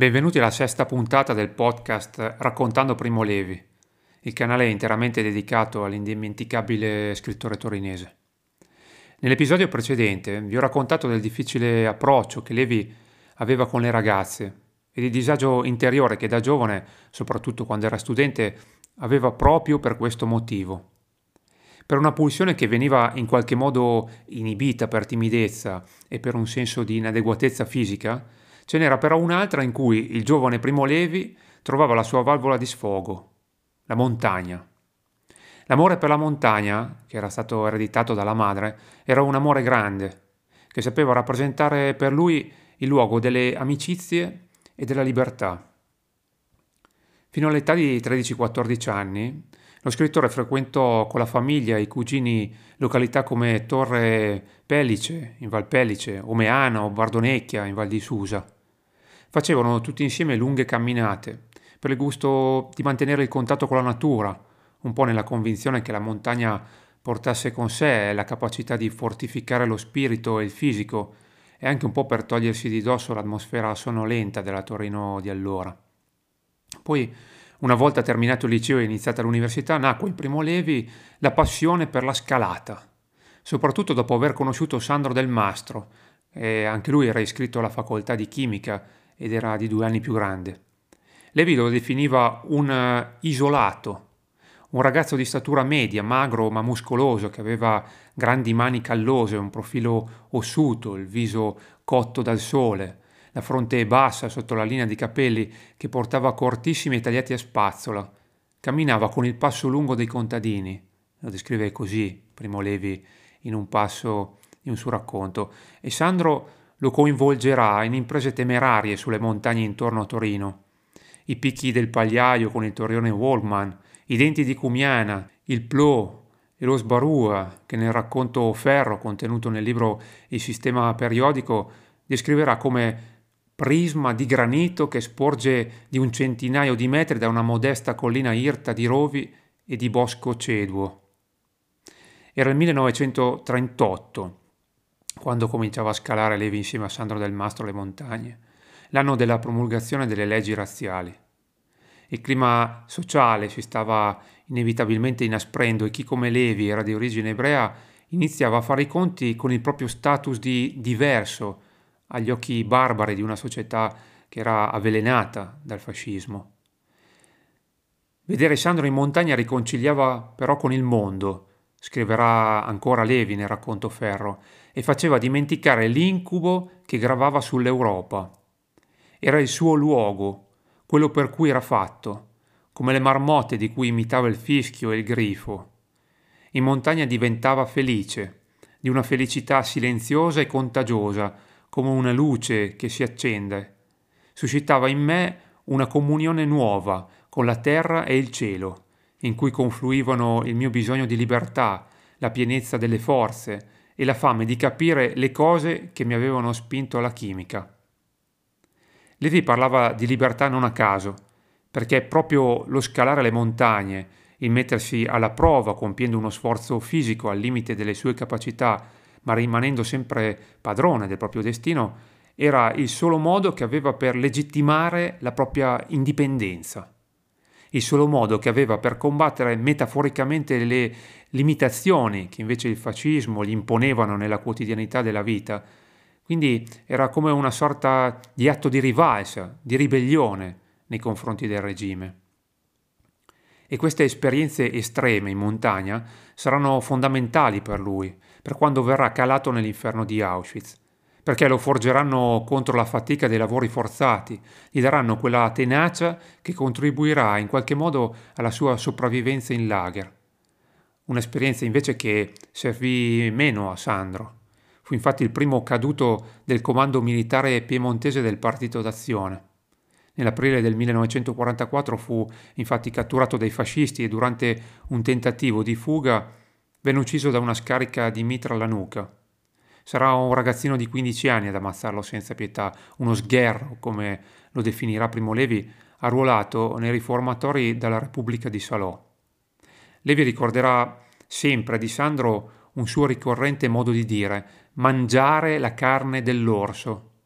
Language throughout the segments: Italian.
Benvenuti alla sesta puntata del podcast Raccontando Primo Levi, il canale interamente dedicato all'indimenticabile scrittore torinese. Nell'episodio precedente vi ho raccontato del difficile approccio che Levi aveva con le ragazze e di disagio interiore che da giovane, soprattutto quando era studente, aveva proprio per questo motivo. Per una pulsione che veniva in qualche modo inibita per timidezza e per un senso di inadeguatezza fisica, ce n'era però un'altra in cui il giovane Primo Levi trovava la sua valvola di sfogo, la montagna. L'amore per la montagna, che era stato ereditato dalla madre, era un amore grande, che sapeva rappresentare per lui il luogo delle amicizie e della libertà. Fino all'età di 13-14 anni, lo scrittore frequentò con la famiglia e i cugini località come Torre Pellice, in Val Pellice, o Meana o Bardonecchia, in Val di Susa. Facevano tutti insieme lunghe camminate, per il gusto di mantenere il contatto con la natura, un po' nella convinzione che la montagna portasse con sé la capacità di fortificare lo spirito e il fisico, e anche un po' per togliersi di dosso l'atmosfera sonolenta della Torino di allora. Poi, una volta terminato il liceo e iniziata l'università, nacque in Primo Levi la passione per la scalata, soprattutto dopo aver conosciuto Sandro Del Mastro, e anche lui era iscritto alla facoltà di chimica ed era di 2 anni più grande. Levi lo definiva un isolato, un ragazzo di statura media, magro ma muscoloso, che aveva grandi mani callose, un profilo ossuto, il viso cotto dal sole, la fronte bassa sotto la linea di capelli che portava cortissimi e tagliati a spazzola. Camminava con il passo lungo dei contadini. Lo descrive così Primo Levi in un passo in un suo racconto. E Sandro lo coinvolgerà in imprese temerarie sulle montagne intorno a Torino. I picchi del Pagliaio con il torrione Walkman, i denti di Cumiana, il Plo e lo Sbarua, che nel racconto Ferro, contenuto nel libro Il sistema periodico, descriverà come prisma di granito che sporge di un centinaio di metri da una modesta collina irta di rovi e di bosco ceduo. Era il 1938, quando cominciava a scalare Levi insieme a Sandro Del Mastro le montagne, l'anno della promulgazione delle leggi razziali. Il clima sociale si stava inevitabilmente inasprendo e chi come Levi era di origine ebrea iniziava a fare i conti con il proprio status di diverso agli occhi barbari di una società che era avvelenata dal fascismo. Vedere Sandro in montagna riconciliava però con il mondo, scriverà ancora Levi nel racconto Ferro, e faceva dimenticare l'incubo che gravava sull'Europa. Era il suo luogo, quello per cui era fatto, come le marmotte di cui imitava il fischio e il grifo. In montagna diventava felice, di una felicità silenziosa e contagiosa, come una luce che si accende. Suscitava in me una comunione nuova con la terra e il cielo, in cui confluivano il mio bisogno di libertà, la pienezza delle forze e la fame di capire le cose che mi avevano spinto alla chimica. Levi parlava di libertà non a caso, perché proprio lo scalare le montagne, il mettersi alla prova compiendo uno sforzo fisico al limite delle sue capacità, ma rimanendo sempre padrone del proprio destino, era il solo modo che aveva per legittimare la propria indipendenza, il solo modo che aveva per combattere metaforicamente le limitazioni che invece il fascismo gli imponevano nella quotidianità della vita. Quindi era come una sorta di atto di rivalsa, di ribellione nei confronti del regime. E queste esperienze estreme in montagna saranno fondamentali per lui, per quando verrà calato nell'inferno di Auschwitz, perché lo forgeranno contro la fatica dei lavori forzati, gli daranno quella tenacia che contribuirà in qualche modo alla sua sopravvivenza in lager. Un'esperienza invece che servì meno a Sandro. Fu infatti il primo caduto del comando militare piemontese del Partito d'Azione. Nell'aprile del 1944 fu infatti catturato dai fascisti e durante un tentativo di fuga venne ucciso da una scarica di mitra alla nuca. Sarà un ragazzino di 15 anni ad ammazzarlo senza pietà, uno sgherro, come lo definirà Primo Levi, arruolato nei riformatori dalla Repubblica di Salò. Levi ricorderà sempre di Sandro un suo ricorrente modo di dire: mangiare la carne dell'orso.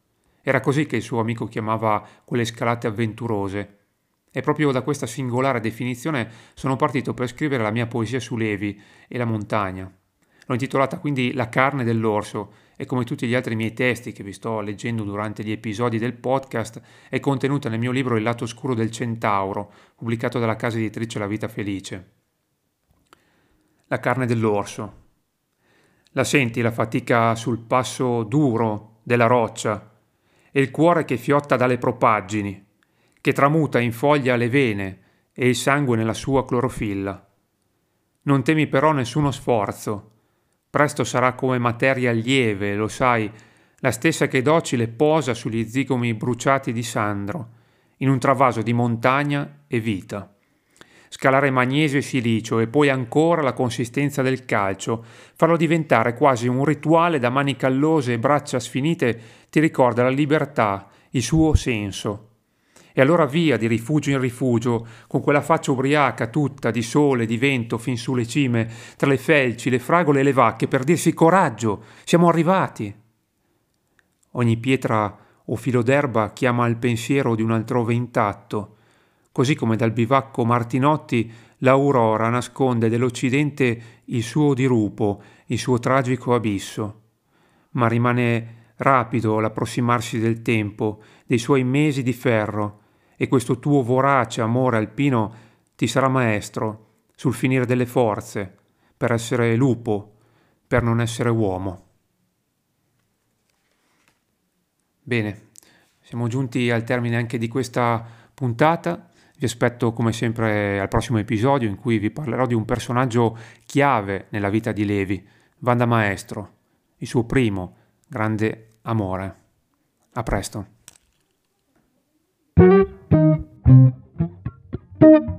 Era così che il suo amico chiamava quelle scalate avventurose. E proprio da questa singolare definizione sono partito per scrivere la mia poesia su Levi e la montagna. L'ho intitolata quindi La carne dell'orso e come tutti gli altri miei testi che vi sto leggendo durante gli episodi del podcast è contenuta nel mio libro Il lato oscuro del centauro, pubblicato dalla casa editrice La Vita Felice. La carne dell'orso. La senti la fatica sul passo duro della roccia e il cuore che fiotta dalle propaggini, che tramuta in foglia le vene e il sangue nella sua clorofilla. Non temi però nessuno sforzo. Presto sarà come materia lieve, lo sai, la stessa che docile posa sugli zigomi bruciati di Sandro, in un travaso di montagna e vita. Scalare magnesio e silicio e poi ancora la consistenza del calcio, farlo diventare quasi un rituale da mani callose e braccia sfinite ti ricorda la libertà, il suo senso. E allora via di rifugio in rifugio, con quella faccia ubriaca tutta di sole, di vento, fin sulle cime, tra le felci, le fragole e le vacche, per dirsi coraggio, siamo arrivati. Ogni pietra o filo d'erba chiama al pensiero di un altrove intatto, così come dal bivacco Martinotti l'aurora nasconde dell'Occidente il suo dirupo, il suo tragico abisso. Ma rimane rapido l'approssimarsi del tempo, dei suoi mesi di ferro, e questo tuo vorace amore alpino ti sarà maestro sul finire delle forze, per essere lupo, per non essere uomo. Bene, siamo giunti al termine anche di questa puntata. Vi aspetto come sempre al prossimo episodio in cui vi parlerò di un personaggio chiave nella vita di Levi, Vanda Maestro, il suo primo grande amore. A presto.